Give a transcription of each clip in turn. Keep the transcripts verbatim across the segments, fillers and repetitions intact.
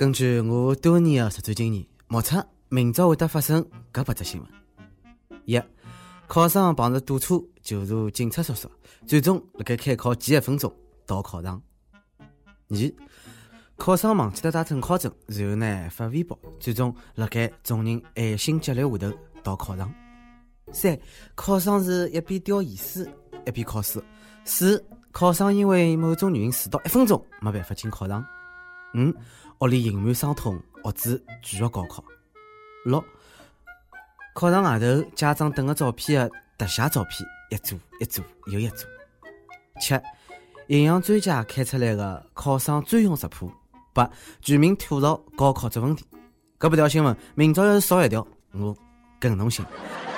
根据我多年的实战经验，目测明朝会得发生搿八则新闻：一、考生碰着堵车，救助警察叔叔，最终辣盖开考前一分钟到考场；二、考生忘记了带准考证，然后呢发微博，最终辣盖众人爱心接力下头到考场；三、考生是一边吊盐水一边考试；四、考生因为某种原因迟到一分钟没办法进考场；五、屋里隐瞒伤痛，学子拒绝高考；六、考场外头家长等个照片的特写照片一组一组又一组；七、营养专家开出来的考生专用食谱；八、全民吐槽高考作文题。搿八条新闻，明朝要是少一条，我更侬信。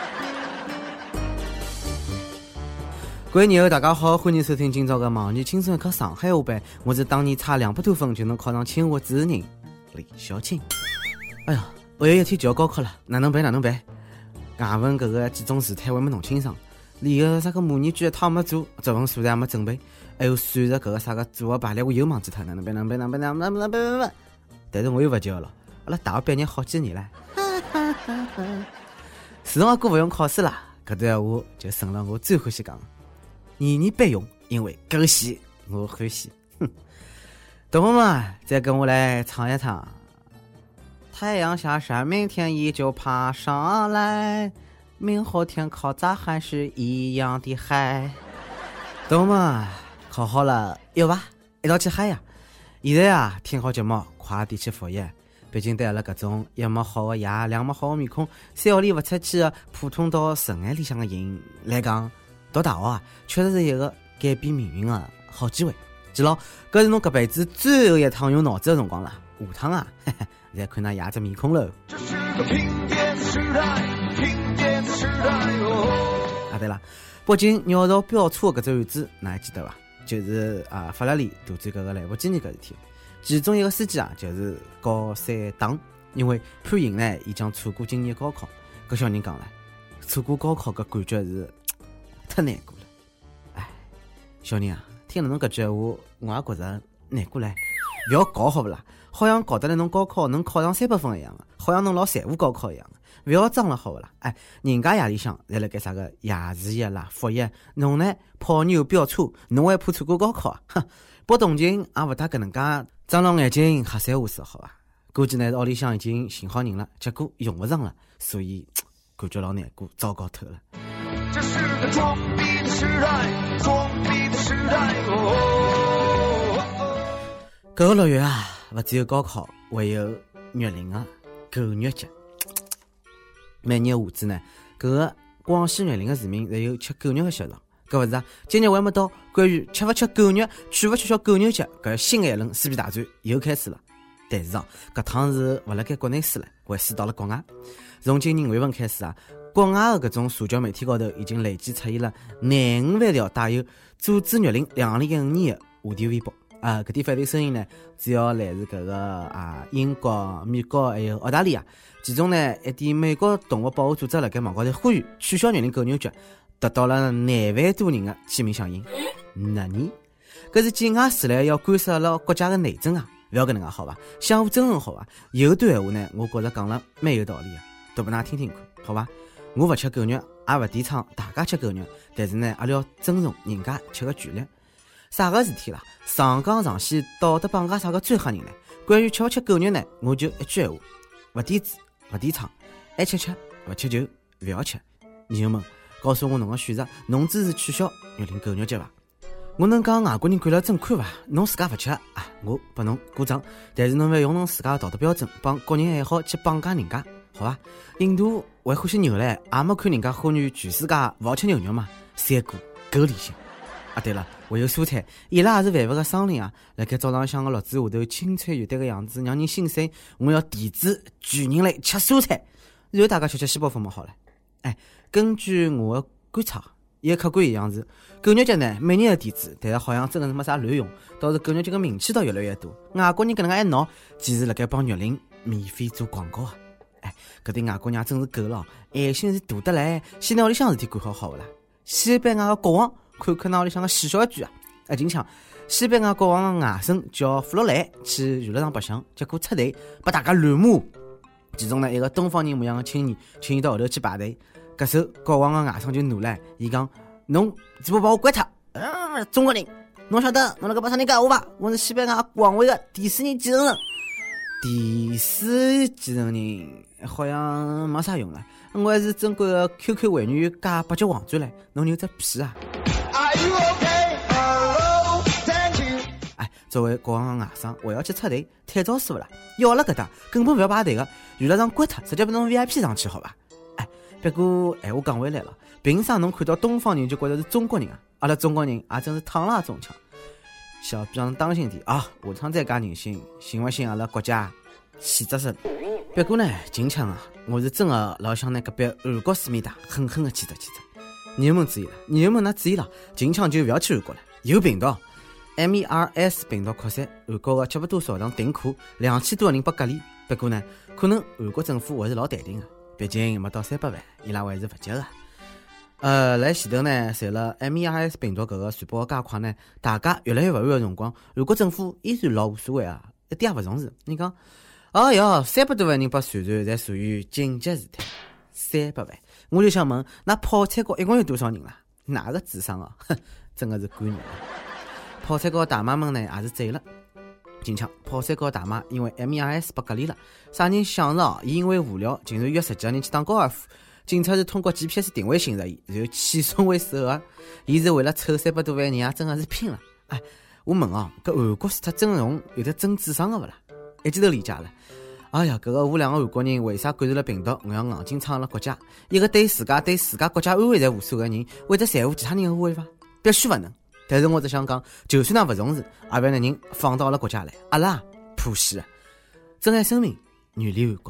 各位友大家好，欢迎收听今朝的网易轻松一刻上海话版，我是当年差两百多分就能考上清华主持人李小青。哎呀，还有一天就要高考了，哪能办哪能办？外文搿个几种时态还没弄清爽，连个啥个模拟句一趟没做，作文素材也没准备，还有算着搿个啥个组合排列我又忘记脱，哪能办哪能办哪能办哪能办哪能办哪能办？但是我又勿急了，阿拉大学毕业好几年了，自从阿哥勿用考试啦，搿段话就成了我最欢喜讲的。年年备用，因为狗戏我欢喜。哼，同学们，再跟我来唱一唱。太阳下山，明天依旧爬上来，明后天考砸还是一样的嗨。同学们，考好了有吧？一道去嗨呀！现在啊，听好节目，快点去复习。毕竟对阿拉搿种一没好的牙，两没好的面孔，三号里勿出去的普通到尘埃里向的人来讲，读大学啊，确实是一个改变命运的好机会。记牢，搿是侬搿辈子最后一趟用脑子的辰光了。下趟啊，嘿嘿，再看那牙子面孔喽。这是个拼爹时代，拼爹时代哦。啊对了，北京绕道飙车搿只案子，哪还记得伐？就是啊，法拉利杜撰搿个兰博基尼搿事体。其中一个司机啊，就是高三党，因为判刑呢，伊将错过今年高考。搿小人讲了，错过高考搿感觉是太难过了。哎，小人啊，听了侬搿句闲话，我也觉着难过唻。勿要搞好勿啦？好像搞得来侬高考能考上三百分一样的，好像侬老残酷高考一样的。勿要装了好勿啦？哎，人家夜里向侪辣盖啥个夜自习啦、复习，侬呢泡妞飙车，侬还怕错过高考啊？哼，博同情也勿大搿能介张牢眼睛瞎三胡说好伐？估计呢屋里向已经寻好人了，结果用勿上了，所以感觉老难过，糟糕透了。这是个装逼的时代，装逼的时代哦。搿个六月啊，勿只有高考，还有月龄的狗肉节。每年夏至呢，搿个广西月龄的市民侪有吃狗肉的习俗。搿勿是啊，今日还没到，关于吃勿吃狗肉、取勿取消狗肉节搿新的一轮撕逼大战又开始了。但是啊，搿趟是勿辣盖国内撕了，还撕到了国外。从今年五月份开始啊，国外的搿种社交媒体高头已经累计出现了廿五万条带有阻止月龄两零一五年的话题微博。啊，搿点反对声音呢，主要来自搿个啊英国、美国还有澳大利亚。其中呢，一点美国动物保护组织辣盖网高头呼吁取消月龄狗肉节，得到了廿万多人的签名响应。那你搿是境外势力要干涉了国家的内政啊！勿要搿能介好伐？相互尊重好伐？有段闲话呢，我觉着讲了蛮有道理的，读拨㑚听听看，好伐？我勿吃狗肉，也勿提倡大家吃狗肉，但是呢，阿拉要尊重人家吃个权利。啥个事体啦？上纲上线道德绑架啥个最吓人呢？关于吃勿吃狗肉呢，我就一句闲话：勿抵制，勿提倡，爱吃吃，勿吃就勿要吃。朋友们，告诉我侬个选择，侬支持取消月龄狗肉节伐？我能讲外国人看了真看伐？侬自家勿吃啊，我拨侬鼓掌。但是侬勿要用侬自家的道德标准帮个人爱好去绑架人家，好伐？印度还欢喜牛唻，也没看人家呼吁全世界勿好吃牛肉嘛？三哥够理性。啊，对了，还有蔬菜，伊拉也是万物个生灵啊！辣盖早浪向个绿子下头青翠欲滴个样子，让人心碎。我要抵制巨人类吃蔬菜，然后大家吃吃西北风嘛好了。哎，根据我的观察，伊个客观现象是，狗肉节呢每年有抵制，但是好像真的是没啥卵用，倒是狗肉节个名气倒越来越多。外国人搿能介一闹，其实辣盖帮月龄免费做广告啊！哎，搿对外国人真是够了，爱心是大得来，先拿屋里向事体管好好勿啦？西班牙个国王。看看那屋里向个戏小剧啊！哎，近腔西班牙国王的外甥叫弗洛莱去娱乐场白相，结果出队把大家乱骂。其中呢，一个东方人模样的青年请伊到后头去排队，搿时候国王的外甥就怒了，伊讲：侬只不把我关脱！啊，中国人，侬晓得侬辣搿把啥人讲我伐？我是西班牙王位的第四任继承人。第四继承人好像没啥用了，我还是珍贵的 Q Q 会员加八级王钻唻，侬牛只屁啊！ Are you okay? Hello, thank you. 哎，作为国王的外甥，我要去出队，太早死了，要了搿搭根本勿要排队个，娱乐场关脱，直接变成 V I P 上去好伐？哎，不过闲话讲回来了，凭啥侬看到东方人就觉得是中国人啊？阿拉中国人也真是躺了中枪。小编让侬当心点啊！下趟再加人性，信勿信阿拉国家死责任？不过呢，近腔啊，我是真的老想拿隔壁韩国思密达狠狠的谴责谴责。朋友们注意了，朋友们那注意了，近腔就不要去韩国了，有病毒 ，M E R S 病毒扩散，韩国的七百多学堂停课，两千多个人被隔离。不过呢，可能韩国政府还是老淡定的，毕竟没到三百万，伊拉还是不急的。呃，来前头呢，随了 M E R S 病毒搿个传播介快呢，大家越来越勿安个辰光，韩国政府依然老无所谓啊，一点也勿重视。你讲，哦哟，三百多万人被传染，侪属于紧急事态。三百万，我就想问，那泡菜高一共有多少人啦？哪个智商啊？哼，真的是干人。泡菜高大妈们呢，也是醉了。近腔，泡菜高大妈因为 M E R S 被隔离了，啥人想着伊因为无聊，竟然约十几个人去打高尔夫。警察是通过 G P S 定位寻着伊，然后起诉为首啊！伊是为了凑三百多万人啊，真的是拼了！哎，我问哦，搿韩国除脱整容，有得整智商个勿啦？一记头理解了。哎呀，搿个无良个韩国人为啥感染了病毒？我要硬劲撑了国家，一个对自家对自家国家安危侪无所谓个人，会得在乎其他人个安危伐？必须勿能。但是我只想讲，就算㑚勿重视，也勿要拿人放到阿拉国家来，阿拉普西啊！珍爱生命，远离韩国。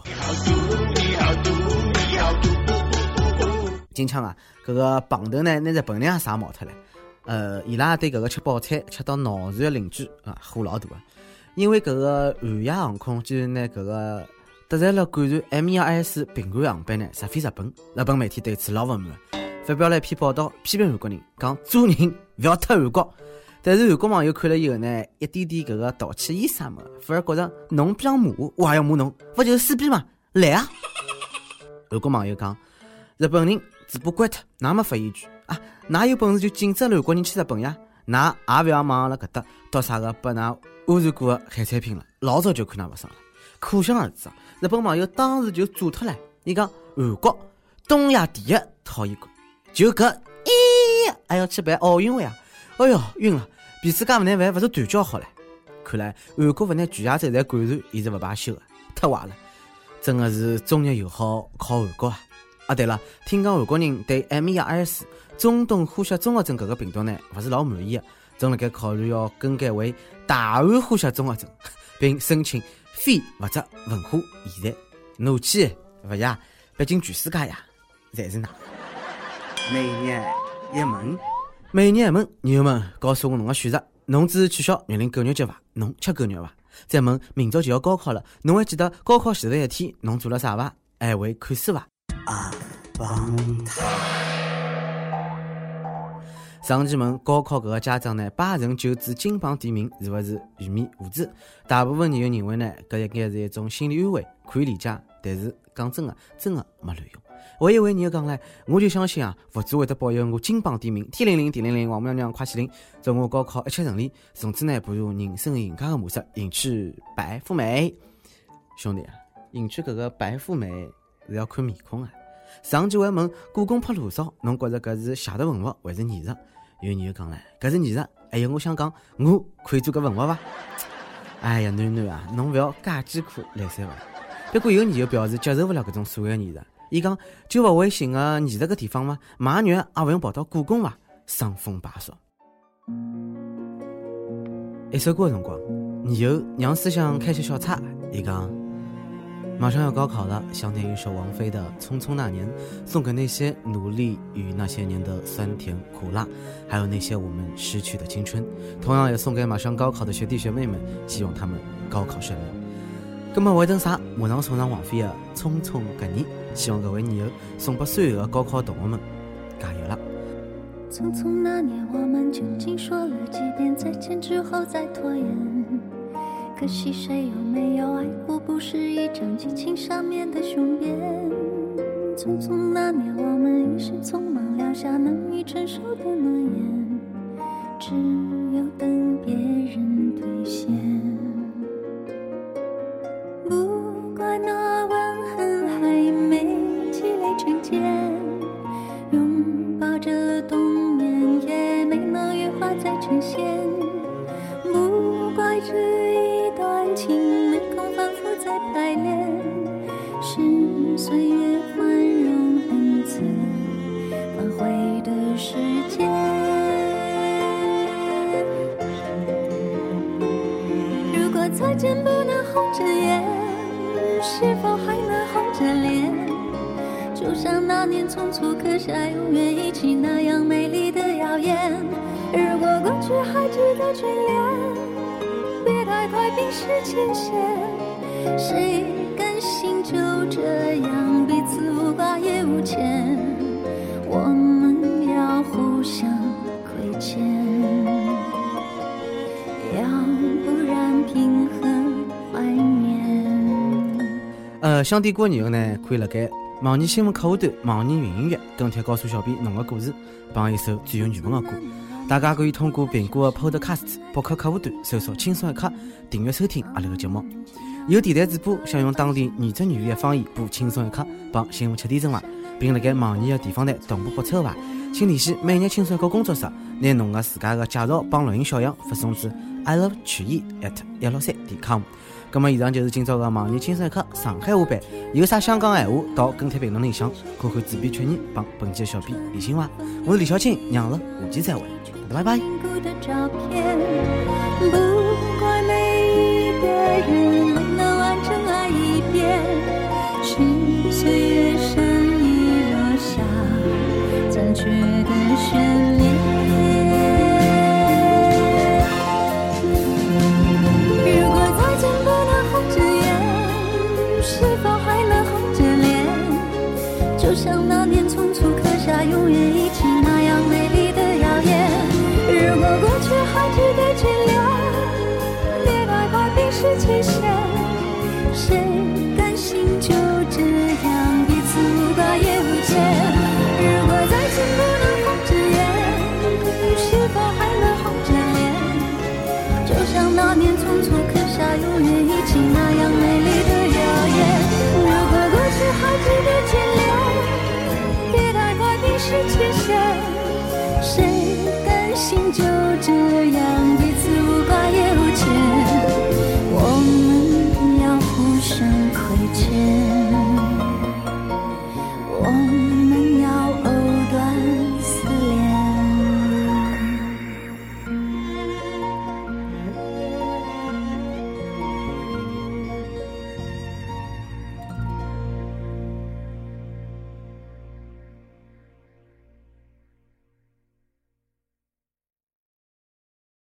近腔啊，搿个棒头呢，拿日本人也啥毛脱了。呃，伊拉对搿个吃包菜吃到脑残的邻居啊，火老大啊。因为搿个韩亚航空居然拿搿个得罪了感染 M E R S 病冠航班呢，直飞日本。日本媒体对此老勿满，发表了一篇报道，批评韩国人，讲做人勿要脱韩国。但是韩国网友看了以后呢，一点点搿个道歉意思嘛，反而觉着侬想骂我，我也要骂侬，勿就是撕逼嘛，来啊！韩国网友讲，日本人嘴巴关脱，㑚没发言权啊！㑚有本事就禁止韩国人去日本呀！㑚也勿要忙了搿搭到啥个拨㑚安全过的海产品了，老早就看㑚勿爽了。可想而知啊！日本网友当时就炸脱了，伊讲韩国东亚第一讨厌国，就搿咦还要去办奥运会啊！哎哟晕了，比自家勿难办，勿是断交好了。看来韩国勿拿全亚洲侪感染，伊是勿罢休的，太坏了！真的是中日友好靠韩国啊！啊对了，听讲韩国人对 M E R S 中东呼吸综合症搿个病毒呢，勿是老满意的，正辣盖考虑要更改为大汉呼吸综合症，并申请非物质文化遗产。怒气勿呀，毕竟全世界呀，侪是哪？每日一问，每日一问，朋友们，告诉我侬个选择，侬支持取消月龄狗肉节伐？侬吃狗肉伐？再问，明朝就要高考了，侬还记得高考前头一天侬做了啥伐？还会看书伐？啊，帮他。上期问高考搿个家长呢，八成九指金榜题名是勿是愚昧无知？大部分人认为呢，搿应该是一种心理安慰，可以理解。但是讲真的，真的没卵用。我一位人讲唻，我就相信啊，佛祖会得保佑我金榜题名，天灵灵地灵灵，王母娘娘快起灵，祝我高考一切顺利，从此呢步入人生赢家的模式，迎娶白富美。兄弟啊，迎娶搿个白富美是要看面孔啊。上期还问故宫拍炉烧，侬觉着搿是写实文物还是艺术？有人又讲唻，搿是艺术。哎呀，我想讲，我可以做搿文物伐？哎呀，囡囡啊，侬勿要介艰苦来三伐？不过有人又表示接受勿了搿种所谓的艺术。伊讲就勿会寻个艺术个地方吗？买肉也勿用跑到故宫伐？伤风败俗。一首歌的辰光，然后让思想开些小差。伊讲马上要高考了，想点一首王菲的《匆匆那年》，送给那些努力与那些年的酸甜苦辣，还有那些我们失去的青春。同样也送给马上高考的学弟学妹们，希望他们高考顺利。咁么会等啥？马上送上王菲的《匆匆搿年》，希望各位年友送给所有的高考同学们，加油了！ 匆匆那年，我们究竟说了几遍再见之后再拖延？可惜谁有没有爱过，不是一张激情上面的雄辩。匆匆那年，我们一时匆忙撂下难以承受的诺言，只有等别人兑现。不怪那吻痕还没积累成茧，拥抱着冬眠也没能羽化再成仙。不怪这一段情没空反复再排练，是岁月宽容恩赐反悔的时间。如果再见不能红着眼，是否还能红着脸？就像那年匆促刻下永远一起那样美丽的谣言。如果过去还值得眷恋，别太快冰释前嫌。谁甘心就这样彼此无挂也无牵？我们要互相亏欠，要不然凭何怀念？ 呃，想点歌友呢，可以辣盖网易新闻客户端、网易云音乐跟帖告诉小编侬个故事，帮一首最有缘分的歌。大家可以通过苹果的 Podcast 播客客户端搜索轻松一刻订阅收听阿拉个节目。有电台主播想用当地原汁原味的方言播轻松一刻帮新闻七点钟外，并辣盖网易的地方台同步播出外，请联系每日轻松一刻工作室，拿侬个自家的介绍帮录音小样发送至 i love 曲艺 at 一六三点 com。咁么以上就是今朝的网易轻松一刻上海话版，有啥想讲闲话到跟帖评论里向，看看主编确认帮本期的小编李新华。我是李小青，让了下期再会，拜拜。 不怪每一个人没能完整爱一遍，是岁月善意落下残缺的悬念。如果再见不能红着眼，是否还能红着脸？就像那年匆促刻下永远一起那样美丽的谣言。如果过去还值得眷恋，别太快冰释前嫌。谁甘心就这样彼此无挂也无牵？如果再见不能红着眼，是否还能红着脸？就像那年匆促刻下永远一起那样美丽的谣言。如果过去还值得眷恋，别太快冰释前嫌。谁甘心就这样